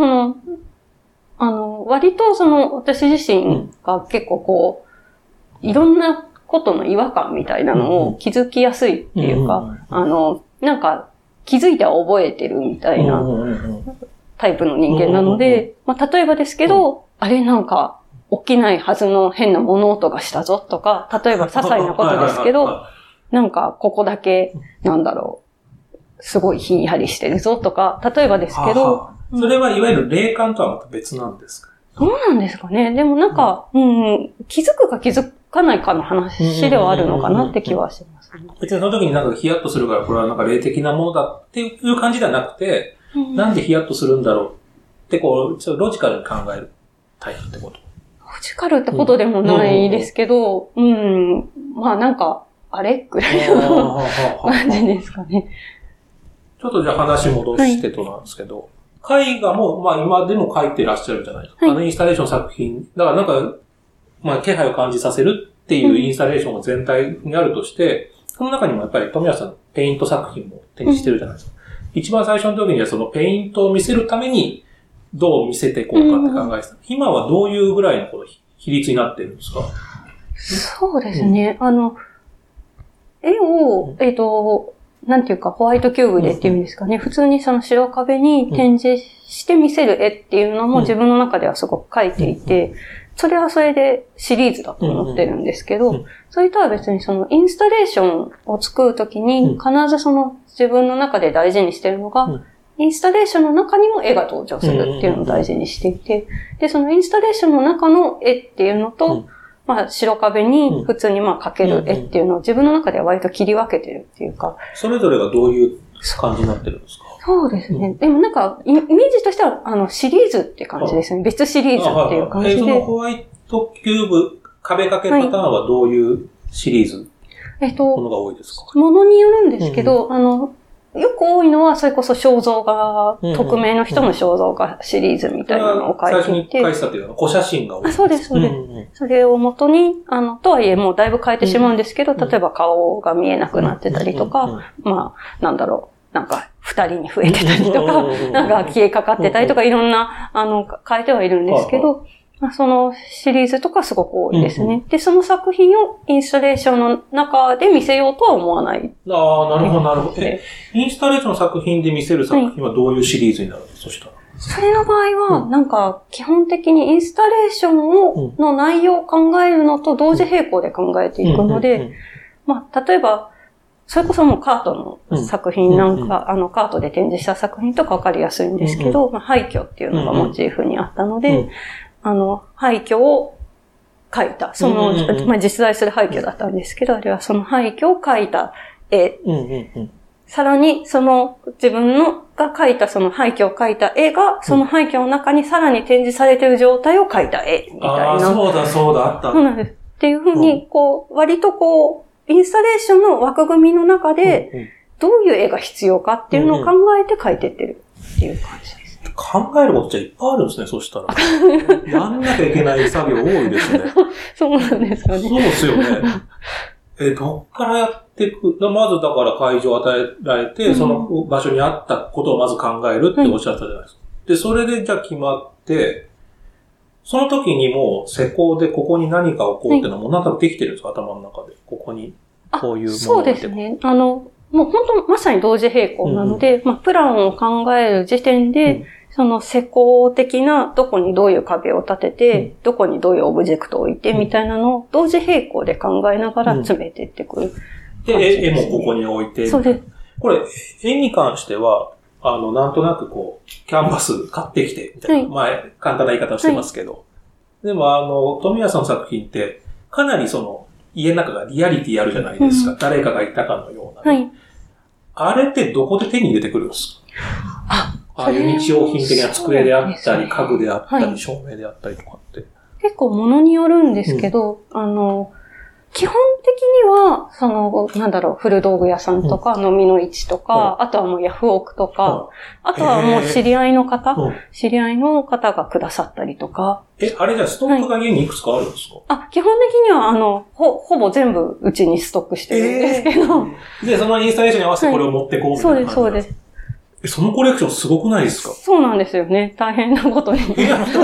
割と私自身が結構こう、いろんなことの違和感みたいなのを気づきやすいっていうか、なんか気づいては覚えてるみたいなタイプの人間なので、まあ、例えばですけど、あれなんか起きないはずの変な物音がしたぞとか、例えば些細なことですけど、なんかここだけ、なんだろう、すごいひんやりしてるぞとか、例えばですけど、 それはいわゆる霊感とはまた別なんですか？ どうなんですかね。でもなんか、気づくか気づかないかの話ではあるのかなって気はします、ね。 別にその時になんかヒヤッとするから、これはなんか霊的なものだっていう感じではなくて、なんでヒヤッとするんだろうってこう、ちょっとロジカルに考えるタイプってこと？ロジカルってことでもないですけど、まあなんか、あれぐらいの感じですかね。 ちょっとじゃあ話戻してとなんですけど、絵画も、まあ今でも描いてらっしゃるじゃないですか。インスタレーション作品。だからなんか、まあ気配を感じさせるっていうインスタレーションが全体にあるとして、その中にもやっぱり富谷さんペイント作品も展示してるじゃないですか。一番最初の時にはそのペイントを見せるためにどう見せていこうかって考えてた。今はどういうぐらいのこの比率になってるんですか？ そうですね。絵を、なんていうか、ホワイトキューブでっていうんですかね。普通にその白壁に展示して見せる絵っていうのも自分の中ではすごく描いていて、それはそれでシリーズだと思ってるんですけど、それとは別にそのインスタレーションを作るときに必ずその自分の中で大事にしてるのが、インスタレーションの中にも絵が登場するっていうのを大事にしていて、で、そのインスタレーションの中の絵っていうのと、まあ、白壁に普通にまあ描ける絵っていうのを自分の中では割と切り分けてるっていうか。 それぞれがどういう感じになってるんですか？ そうですね。でもなんか、イメージとしては、シリーズって感じですね。別シリーズっていう感じで。 そのホワイトキューブ、壁掛けパターンはどういうシリーズものが多いですか？ ものによるんですけど、よく多いのは、それこそ肖像画、匿名の人の肖像画シリーズみたいなのを書いていて。 最初に書いてたっていうのは、小写真が多い。 そうです、そうです。それを元に、とはいえもうだいぶ変えてしまうんですけど、例えば顔が見えなくなってたりとか、まあ、なんだろう、なんか、二人に増えてたりとか、なんか消えかかってたりとか、いろんな、変えてはいるんですけど、そのシリーズとかすごく多いですね。で、その作品をインスタレーションの中で見せようとは思わない。 ああ、なるほど、なるほど。インスタレーションの作品で見せる作品はどういうシリーズになるんですか？そしたら。 それの場合は、なんか、基本的にインスタレーションの内容を考えるのと同時並行で考えていくので、まあ、例えば、それこそもうカートの作品なんか、カートで展示した作品とかわかりやすいんですけど、まあ、廃墟っていうのがモチーフにあったので、廃墟を描いた。まあ、実在する廃墟だったんですけど、あれはその廃墟を描いた絵。さらに、自分が描いたその廃墟を描いた絵が、その廃墟の中にさらに展示されている状態を描いた絵、みたいな。 ああ、そうだ、そうだ、あった。 そうなんです。っていうふうに、割とインスタレーションの枠組みの中で、どういう絵が必要かっていうのを考えて描いてってるっていう感じです。 考えることじゃいっぱいあるんですね、そしたら。やんなきゃいけない作業多いですね。 そうなんですかね。 そうですよね。どっからやっていく？まずだから会場を与えられて、その場所にあったことをまず考えるっておっしゃったじゃないですか。で、それでじゃあ決まって、その時にもう施工でここに何か置こうっていうのはもうなんかできてるんですか？頭の中で。ここにこういうものを。 そうですね。もう本当まさに同時並行なので、まあ、プランを考える時点で、その施工的などこにどういう壁を立てて、どこにどういうオブジェクトを置いてみたいなのを同時並行で考えながら詰めていってくる、 で、絵もここに置いて。 そうです。 これ、絵に関しては、なんとなくキャンバス買ってきて、みたいな。まあ、簡単な言い方をしてますけど。でも、富谷さんの作品って、かなり家の中がリアリティあるじゃないですか。誰かがいたかのような、ね。あれってどこで手に入れてくるんですか？ああいう日用品的な机であったり、家具であったり、照明であったりとかって。 結構物によるんですけど、基本的は、古道具屋さんとか、飲みの市とか、あとはもうヤフオクとか、あとはもう知り合いの方がくださったりとか。 あれじゃストックが家にいくつかあるんですか？ 基本的には、ほぼ全部うちにストックしてるんですけど。 で、そのインスタレーションに合わせてこれを持ってこうみたいな感じ。 そうです。 そのコレクションすごくないですか？ そうなんですよね。大変なことに。 どう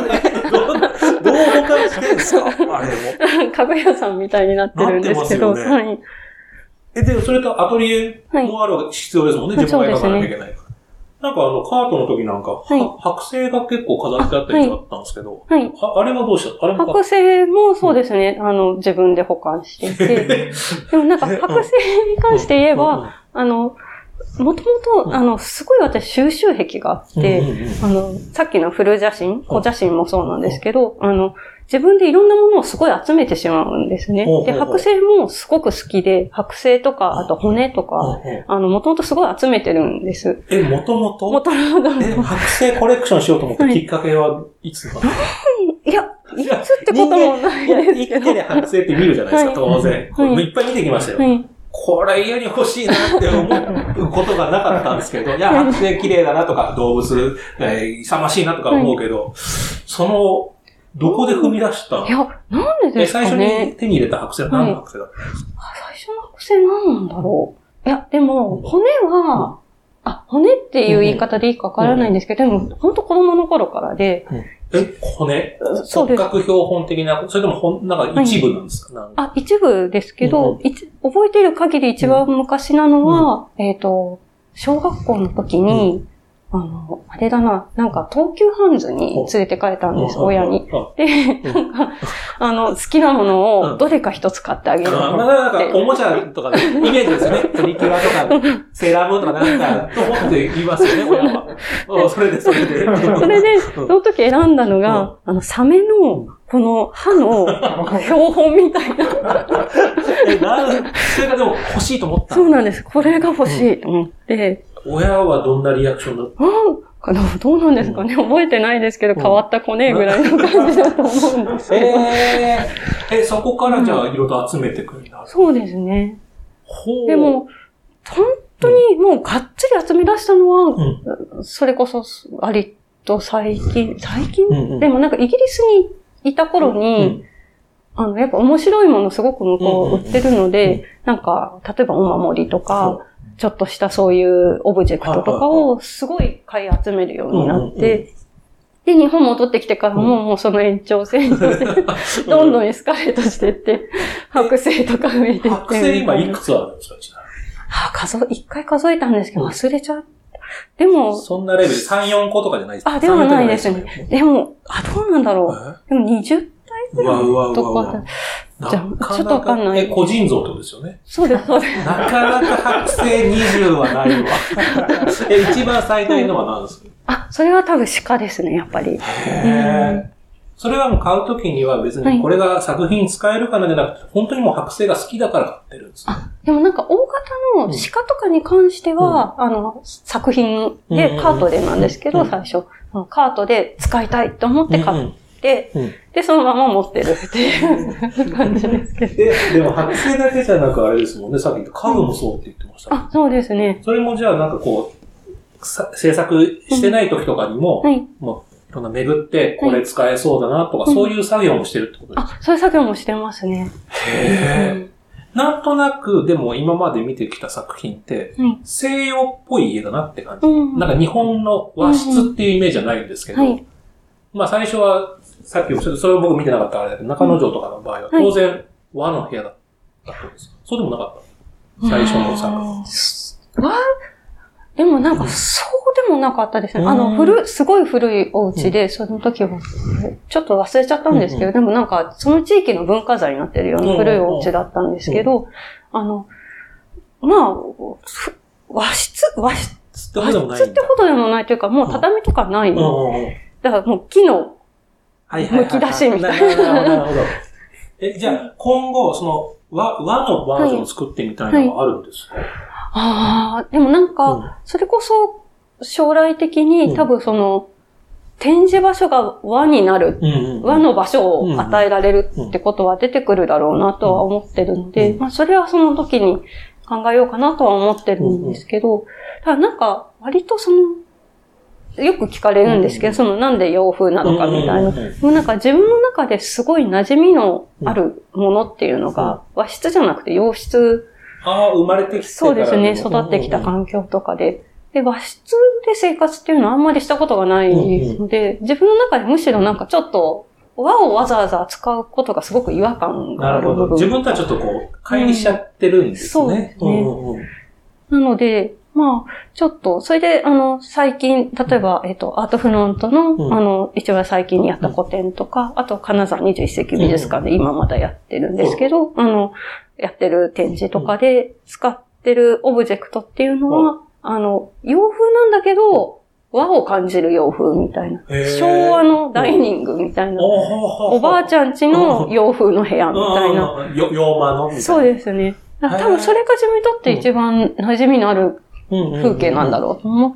保管してるんですか？あれも。 家具屋さんみたいになってるんですけど。 なってますよね。で、それとアトリエもある必要ですもんね。自分が描かなきゃいけないから。なんかカートの時なんか、剥製が結構飾ってあったりあったんですけど、あれはどうした？あれも剥製もそうですね。自分で保管していて。でもなんか剥製に関して言えば、もともと、すごい私収集癖があって、さっきの古写真、古写真もそうなんですけど、自分でいろんなものをすごい集めてしまうんですね。で、剥製もすごく好きで、剥製とか、あと骨とか、もともとすごい集めてるんです。 もともと剥製コレクションしようと思ったきっかけはいつかな？ いや、いつってこともないですけど。 生きてる剥製って見るじゃないですか、当然。いっぱい見てきましたよ。これ家に欲しいなって思うことがなかったんですけど、いや、剥製綺麗だなとか、動物、勇ましいなとか思うけど、どこで踏み出したの？ いや、なんでですかね。 最初に手に入れた剥製は何の剥製だったんですか？ 最初の剥製何なんだろう。いや、でも、骨は、骨っていう言い方でいいかわからないんですけど、でも、本当子供の頃からで。 骨？骨格標本的な、それともなんか一部なんですか？ 一部ですけど、覚えている限り一番昔なのは、小学校の時に、あれだな、なんか東急ハンズに連れて帰ったんです、親に。で、なんか、好きなものをどれか一つ買ってあげる。 なんか、おもちゃとかのイメージですよね。プリキュアとか、セーラームーンとかなんか、と思って言いますよね、親は。それで。それで、その時選んだのが、サメの、この歯の標本みたいな。 それがでも欲しいと思った？ そうなんです。これが欲しいと思って。 親はどんなリアクションだった？ どうなんですかね。覚えてないですけど、変わった子ね、ぐらいの感じだと思うんですけど。 そこからじゃあ、いろいろ集めてくるんだ。 そうですね。でも、本当にもうがっつり集め出したのは、それこそ、割と最近、でもなんかイギリスにいた頃に、やっぱ面白いものすごく向こう売ってるので、なんか、例えばお守りとか、ちょっとしたそういうオブジェクトとかをすごい買い集めるようになって、で、日本戻ってきてからもうその延長線上で、どんどんエスカレートしていって、剥製とか増えていって。 剥製今いくつあるんですか？ 一回数えたんですけど忘れちゃった。でも、 そんなレベル3、4個とかじゃないですか？ ではないですね。でも、どうなんだろう。でも20体ぐらいとか。じゃあ、ちょっとわかんない。 個人像ってことですよね。 そうです、そうです。 なかなか剥製20はないわ。一番最大のは何ですか？ それは多分鹿ですね、やっぱり。 それはもう買うときには別にこれが作品使えるかなじゃなくて、本当にもう剥製が好きだから買ってるんです、ね。 でもなんか大型の鹿とかに関しては、作品でカートでなんですけど、最初。カートで使いたいと思って買って、で、そのまま持ってるっていう感じですけど。 でも剥製だけじゃなくあれですもんね、さっき言った家具もそうって言ってました、ね。 そうですね。 それもじゃあなんかこう、制作してない時とかにも、もういろんな巡ってこれ使えそうだなとか、そういう作業もしてるってことですか？ そういう作業もしてますね。 なんとなく、でも今まで見てきた作品って、西洋っぽい家だなって感じ。なんか日本の和室っていうイメージじゃないんですけど、まあ最初は、さっきおっしゃった、それを僕見てなかったあれだけど、中野城とかの場合は当然和の部屋だったんですか？そうでもなかった最初の作品。 でもなんかそうでもなかったですね。すごい古いお家で、その時は、ちょっと忘れちゃったんですけど、でもなんかその地域の文化財になってるような古いお家だったんですけど、まあ、和室ってことでもないというか、もう畳とかない。だからもう木の剥き出しみたいな。 なるほど。じゃあ今後、その和のバージョンを作ってみたいなのはあるんですか？ でもなんか、それこそ将来的に多分展示場所が和になる、和の場所を与えられるってことは出てくるだろうなとは思ってるので、まあそれはその時に考えようかなとは思ってるんですけど、ただなんか割とよく聞かれるんですけど、なんで洋風なのかみたいな。もうなんか自分の中ですごい馴染みのあるものっていうのが、和室じゃなくて洋室。 生まれてきてそうですね、育ってきた環境とかで。で、和室で生活っていうのはあんまりしたことがないので、自分の中でむしろなんかちょっと和をわざわざ扱うことがすごく違和感がある。 なるほど。自分とはちょっと乖離しちゃってるんですね。 そうですね。なので、まあ、ちょっと、それで、最近、例えば、アートフロントの、一番最近にやった個展とか、あと、金沢21世紀美術館で今まだやってるんですけど、やってる展示とかで使ってるオブジェクトっていうのは、洋風なんだけど、和を感じる洋風みたいな。昭和のダイニングみたいな。おばあちゃん家の洋風の部屋みたいな。 洋間のみたいな。 そうですね。多分それが自分にとって一番馴染みのある風景なんだろうと思って、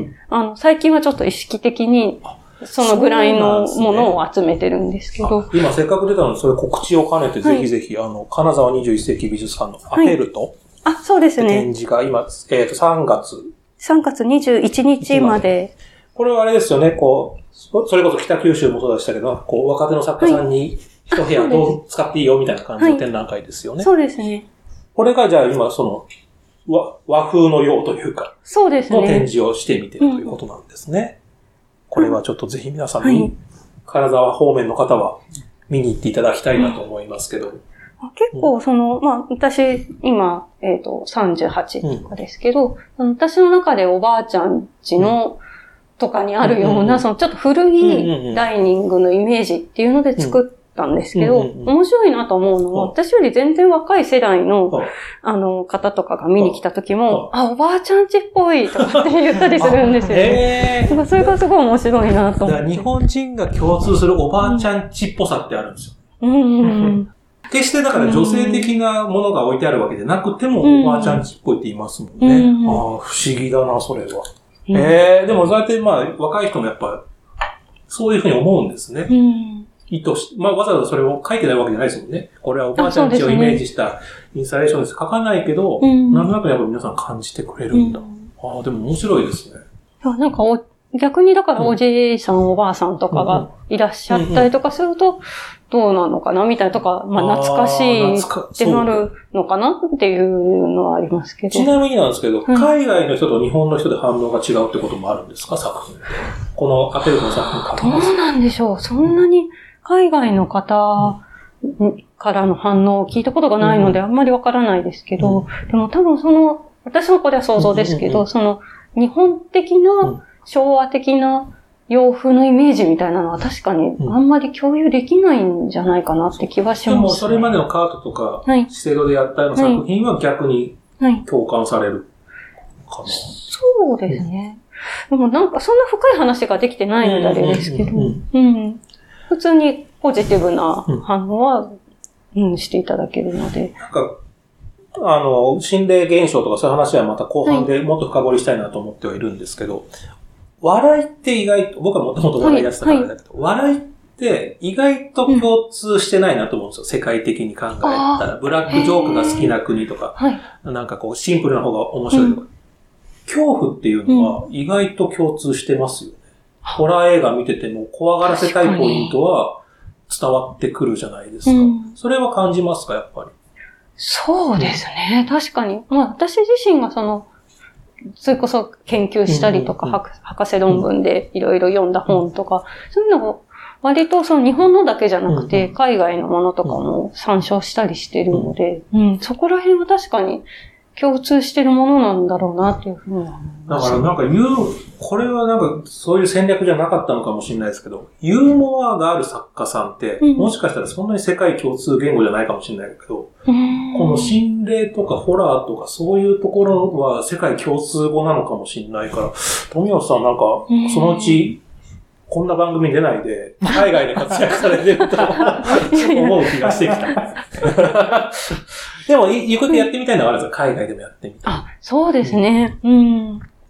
最近はちょっと意識的に、そのぐらいのものを集めてるんですけど。 今せっかく出たので、それ告知を兼ねて、ぜひぜひ、金沢21世紀美術館のアペルト。 そうですね。 展示が今、3月。 3月21日まで。 これはあれですよね、それこそ北九州もそうでしたけど、若手の作家さんに一部屋どう使っていいよみたいな感じの展覧会ですよね。 そうですね。 これがじゃあ今和風のようというか、 そうですね。 の展示をしてみてるということなんですね。これはちょっとぜひ皆さんに、金沢方面の方は見に行っていただきたいなと思いますけど。 結構私、今、38とかですけど、私の中でおばあちゃん家のとかにあるような、ちょっと古いダイニングのイメージっていうので作ったんですけど、面白いなと思うのは、私より全然若い世代の、方とかが見に来た時も、おばあちゃん家っぽいとかって言ったりするんですよね。それがすごい面白いなと思って。 日本人が共通するおばあちゃん家っぽさってあるんですよ。決してだから女性的なものが置いてあるわけじゃなくても、おばあちゃん家っぽいって言いますもんね。不思議だな、それは。でもそうやって若い人もやっぱ、そういうふうに思うんですね。意図して、わざわざそれを書いてないわけじゃないですもんね。これはおばあちゃん家をイメージしたインスタレーションです。書かないけど、なんとなくやっぱ皆さん感じてくれるんだ。でも面白いですね。 なんか逆にだからおじいさんおばあさんとかがいらっしゃったりとかすると、どうなのかなみたいなとか、懐かしいってなるのかなっていうのはありますけど。 ちなみになんですけど、海外の人と日本の人で反応が違うってこともあるんですか、作品。このアペルトの作品どうなんでしょう。そんなに海外の方からの反応を聞いたことがないのであんまりわからないですけど、でも多分私のこれは想像ですけど、日本的な昭和的な洋風のイメージみたいなのは確かにあんまり共有できないんじゃないかなって気はします、ね。 でもそれまでのカートとか、資生堂でやったような作品は逆に共感されるかな。 そうですね。でもなんかそんな深い話ができてないのであれですけど、普通にポジティブな反応は、していただけるので。 なんか心霊現象とかそういう話はまた後半でもっと深掘りしたいなと思ってはいるんですけど、笑いって意外と、僕はもともと笑いやってたからだけど、笑いって意外と共通してないなと思うんですよ。世界的に考えたら。ブラックジョークが好きな国とか、なんかシンプルな方が面白いとか。恐怖っていうのは意外と共通してますよね。ホラー映画見てても怖がらせたいポイントは伝わってくるじゃないですか。それは感じますか、やっぱり。 そうですね。確かに。私自身がそれこそ研究したりとか、博士論文でいろいろ読んだ本とか、そういうのを割と日本のだけじゃなくて、海外のものとかも参照したりしてるので、そこら辺は確かに共通してるものなんだろうなっていうふうには思います。 だからなんかこれはなんかそういう戦略じゃなかったのかもしれないですけど、ユーモアがある作家さんって、もしかしたらそんなに世界共通言語じゃないかもしれないけど、この心霊とかホラーとかそういうところは世界共通語なのかもしれないから、富吉さんなんかそのうちこんな番組に出ないで海外で活躍されてると思う気がしてきた。でも、ゆくゆくやってみたいのはあるんですよ。海外でもやってみたい。 そうですね。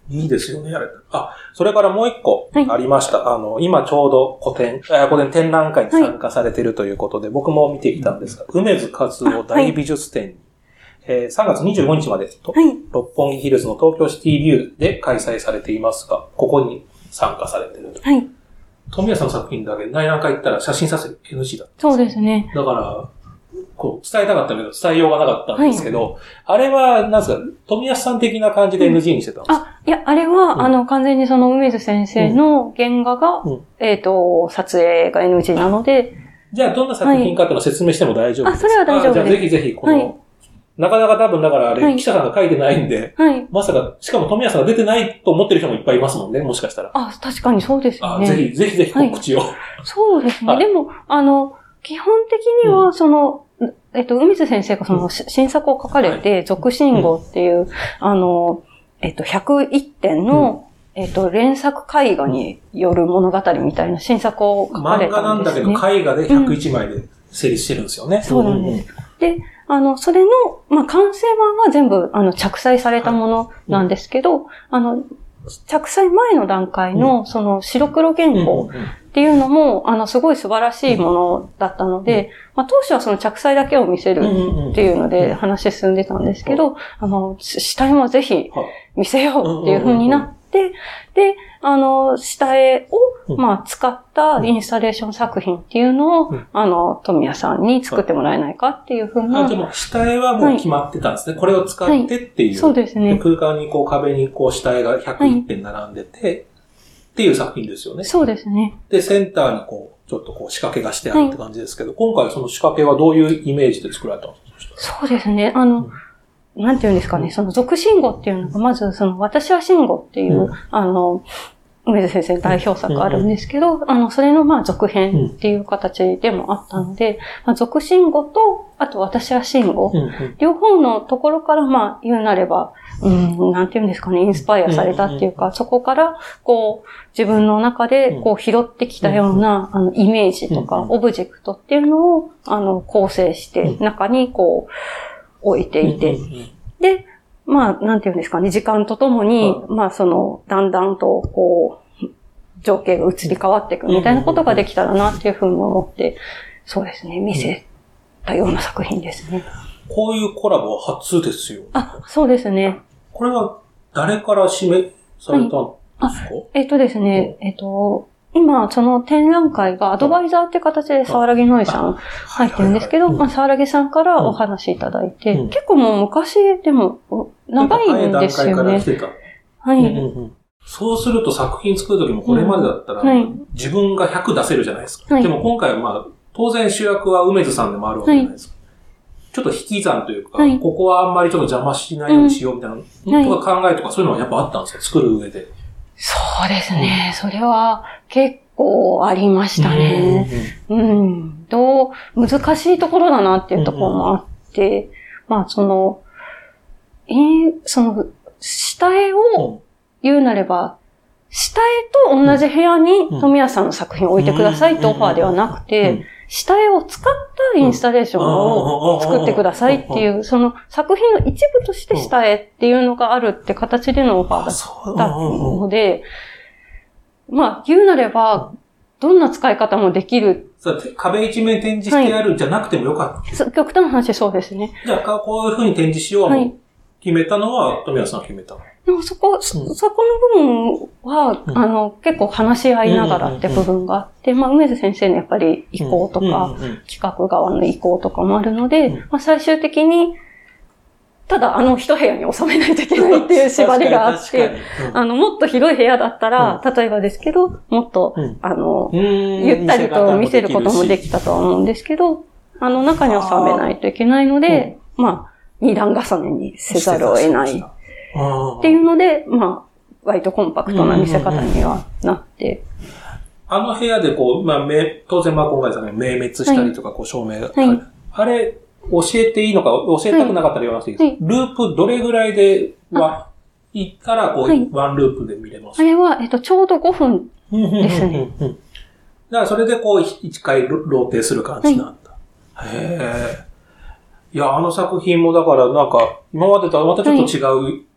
いいですよね、あれ。それからもう一個ありました。はい、今ちょうど展覧会に参加されているということで、はい、僕も見てきたんですが、梅津和夫大美術展に、3月25日までと、はい、六本木ヒルズの東京シティビューで開催されていますが、ここに参加されていると。はい。富谷さんの作品だけ内覧会行ったら写真撮影 NG だった。 そうですね。 だから、伝えたかったけど、伝えようがなかったんですけど、はい、あれは、なんですか、富安さん的な感じで NG にしてたんですか？ いや、あれは、完全にその梅津先生の原画が、撮影が NG なので。 じゃあ、どんな作品かっていうのを説明しても大丈夫ですか？ それは大丈夫です。 じゃあ、ぜひぜひ、なかなか多分だからあれ、記者さんが書いてないんで、まさか、しかも富安さんが出てないと思ってる人もいっぱいいますもんね、もしかしたら。 確かにそうですよね。 ぜひ告知を。 そうですね。でも、基本的には、梅津先生が新作を書かれて、俗信号っていう、101点の、連作絵画による物語みたいな新作を書かれたんですね。漫画なんだけど、 絵画で101枚で成立してるんですよね。 そうなんです。で、それの、完成版は全部、着彩されたものなんですけど、着彩前の段階の、白黒原稿っていうのも、すごい素晴らしいものだったので、当初はその着彩だけを見せるっていうので話進んでたんですけど、下絵もぜひ見せようっていう風になって、で、下絵を、使ったインスタレーション作品っていうのを、富谷さんに作ってもらえないかっていう風な。 でも、下絵はもう決まってたんですね。これを使ってっていう。 そうですね。 空間に壁に下絵が101点並んでて、っていう作品ですよね。 そうですね。 で、センターにちょっと仕掛けがしてあるって感じですけど、今回その仕掛けはどういうイメージで作られたんですか？ そうですね。なんていうんですかね、俗信号っていうのが、まず私は信号っていう、梅津先生の代表作あるんですけど、それの続編っていう形でもあったので、俗信号と、あと私は信号、両方のところから言うなれば、なんていうんですかね、インスパイアされたっていうか、そこから、自分の中で、拾ってきたような、イメージとか、オブジェクトっていうのを、構成して、中に置いていて、で、なんていうんですかね、時間とともに、だんだんと、情景が移り変わっていくみたいなことができたらなっていうふうに思って、そうですね、見せたような作品ですね。 こういうコラボは初ですよ。 そうですね。 これは誰から指名されたんですか？ ですね、今、その展覧会がアドバイザーっていう形で沢良ノイさん入ってるんですけど、沢良さんからお話いただいて、結構もう昔でも長いんですよね。はい。 そうすると作品作るときもこれまでだったら、自分が100出せるじゃないですか。でも今回は当然主役は梅津さんでもあるわけじゃないですか。ちょっと引き算というか、ここはあんまりちょっと邪魔しないようにしようみたいなとか考えとかそういうのはやっぱあったんですか？作る上で。 そうですね。それは結構ありましたね。難しいところだなっていうところもあって、下絵を言うなれば、下絵と同じ部屋に富谷さんの作品を置いてくださいってオファーではなくて、下絵を使ったインスタレーションを作ってくださいっていう、その作品の一部として下絵っていうのがあるって形でのオファーだったので、言うなれば、どんな使い方もできる。 壁一面展示してあるんじゃなくてもよかった。 極端な話そうですね。 じゃあ、こういう風に展示しよう決めたのは、富谷さんが決めたの？ でもそこの部分は、結構話し合いながらって部分があって、梅津先生のやっぱり意向とか、企画側の意向とかもあるので、最終的に、ただ一部屋に収めないといけないっていう縛りがあって、もっと広い部屋だったら、例えばですけど、もっと、ゆったりと見せることもできたとは思うんですけど、中に収めないといけないので、二段重ねにせざるを得ない。っていうので、割とコンパクトな見せ方にはなって。 部屋で当然今回さんが明滅したりとか、照明が、あれ、教えていいのか、教えたくなかったら言わなくていいですか？ループどれぐらいで行ったら、ワンループで見れますか？ あれは、ちょうど5分ですね。 だからそれで1回ローテする感じなんだ。へー。いや、作品もだから今までとはまたちょっと違う、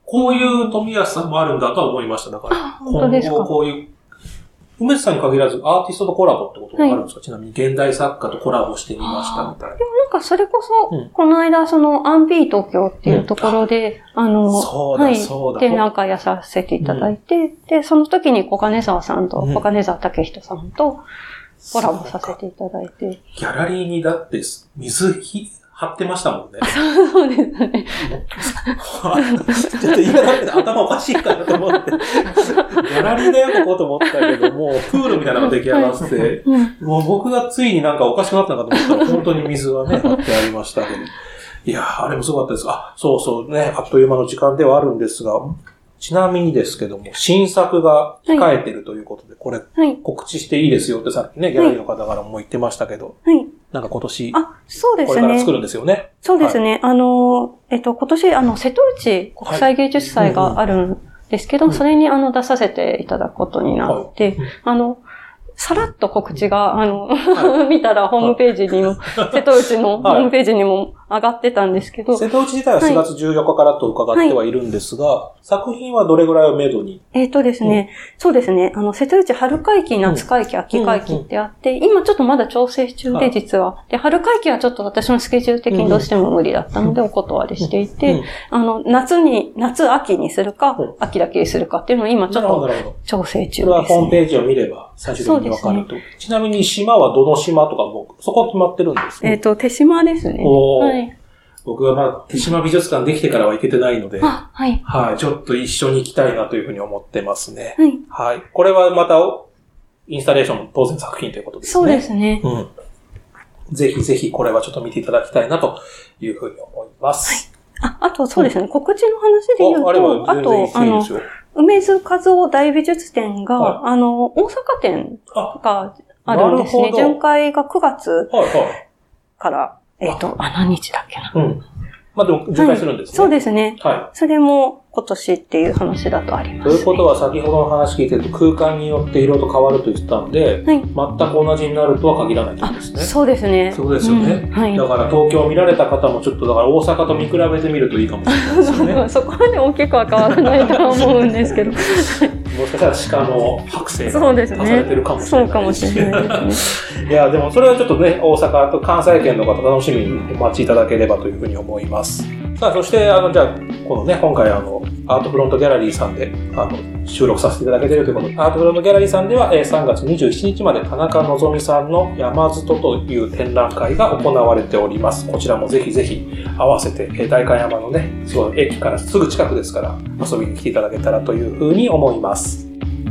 こういう富安さんもあるんだとは思いました。だから、 本当ですか。 今後こういう、梅津さんに限らずアーティストとコラボってことがあるんですか、はい、ちなみに現代作家とコラボしてみましたみたいな。 でもなんかそれこそ、この間アンビー東京っていうところで、 そうだ、 はい、 そうだ。 で、なんかやさせていただいて、で、その時に小金沢さんと、小金沢武人さんとコラボさせていただいて。 ギャラリーにだって水張ってましたもんね。 そうですね。 ちょっと言い方で頭おかしいかなと思って。ギャラリーだよ、ここと思ったけど、もうプールみたいなのが出来上がって、もう僕がついになんかおかしくなったのかと思ったら、本当に水はね、張ってありましたけど。いやー、あれもすごかったです。そうそうね、あっという間の時間ではあるんですが、ちなみにですけども、新作が控えてるということで、これ、告知していいですよってさっきね、ギャラリーの方からも言ってましたけど、なんか今年、 そうですね。 これから作るんですよね。 そうですね。今年、瀬戸内国際芸術祭があるんですけど、それに出させていただくことになって、さらっと告知が、見たらホームページにも、瀬戸内のホームページにも上がってたんですけど。 瀬戸内自体は4月14日からと伺ってはいるんですが、作品はどれぐらいをめどにですね、そうですね、瀬戸内春会期、夏会期、秋会期ってあって、今ちょっとまだ調整中で実は。で、春会期はちょっと私のスケジュール的にどうしても無理だったのでお断りしていて、夏秋にするか、秋だけにするかっていうのを今ちょっと調整中です、ね。 それはホームページを見れば最終的にわかると。ちなみに島はどの島とかも、そこは決まってるんですか？ 手島ですね。はい。 僕はまだ手島美術館できてからは行けてないので、 はい。 はい。ちょっと一緒に行きたいなというふうに思ってますね。 はい。 はい。これはまた、インスタレーション当然作品ということですね。 そうですね。 ぜひぜひこれはちょっと見ていただきたいなというふうに思います。 はい。あとそうですね。告知の話で言うと、あと、梅津和夫大美術展が、大阪展があるんですね。巡回が9月から、何日だっけな。 まあでも巡回するんですね。 そうですね。 はい。 それも今年っていう話だとあります、ね。 ということは先ほどの話聞いてると空間によって色と変わると言ってたので、全く同じになるとは限らないんですね。 そうですね。 そうですよね。はい。だから東京を見られた方もちょっとだから大阪と見比べてみるといいかもしれないですよね。 そこまで大きくは変わらないとは思うんですけど。もしかしたら鹿の剥製が足されてるかもしれない。 そうかもしれないですね。 いや、でもそれはちょっとね、大阪と関西圏の方楽しみにお待ちいただければというふうに思います。さあ、そして、じゃあ、このね、今回アートフロントギャラリーさんで、収録させていただけているということで、アートフロントギャラリーさんでは、3月27日まで田中希さんの山里という展覧会が行われております。こちらもぜひぜひ合わせて、代官山のね、すごい駅からすぐ近くですから、遊びに来ていただけたらというふうに思います。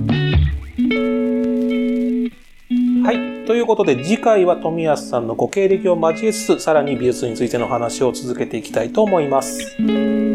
はい。ということで、次回は富安さんのご経歴を交えつつ、さらに美術についての話を続けていきたいと思います。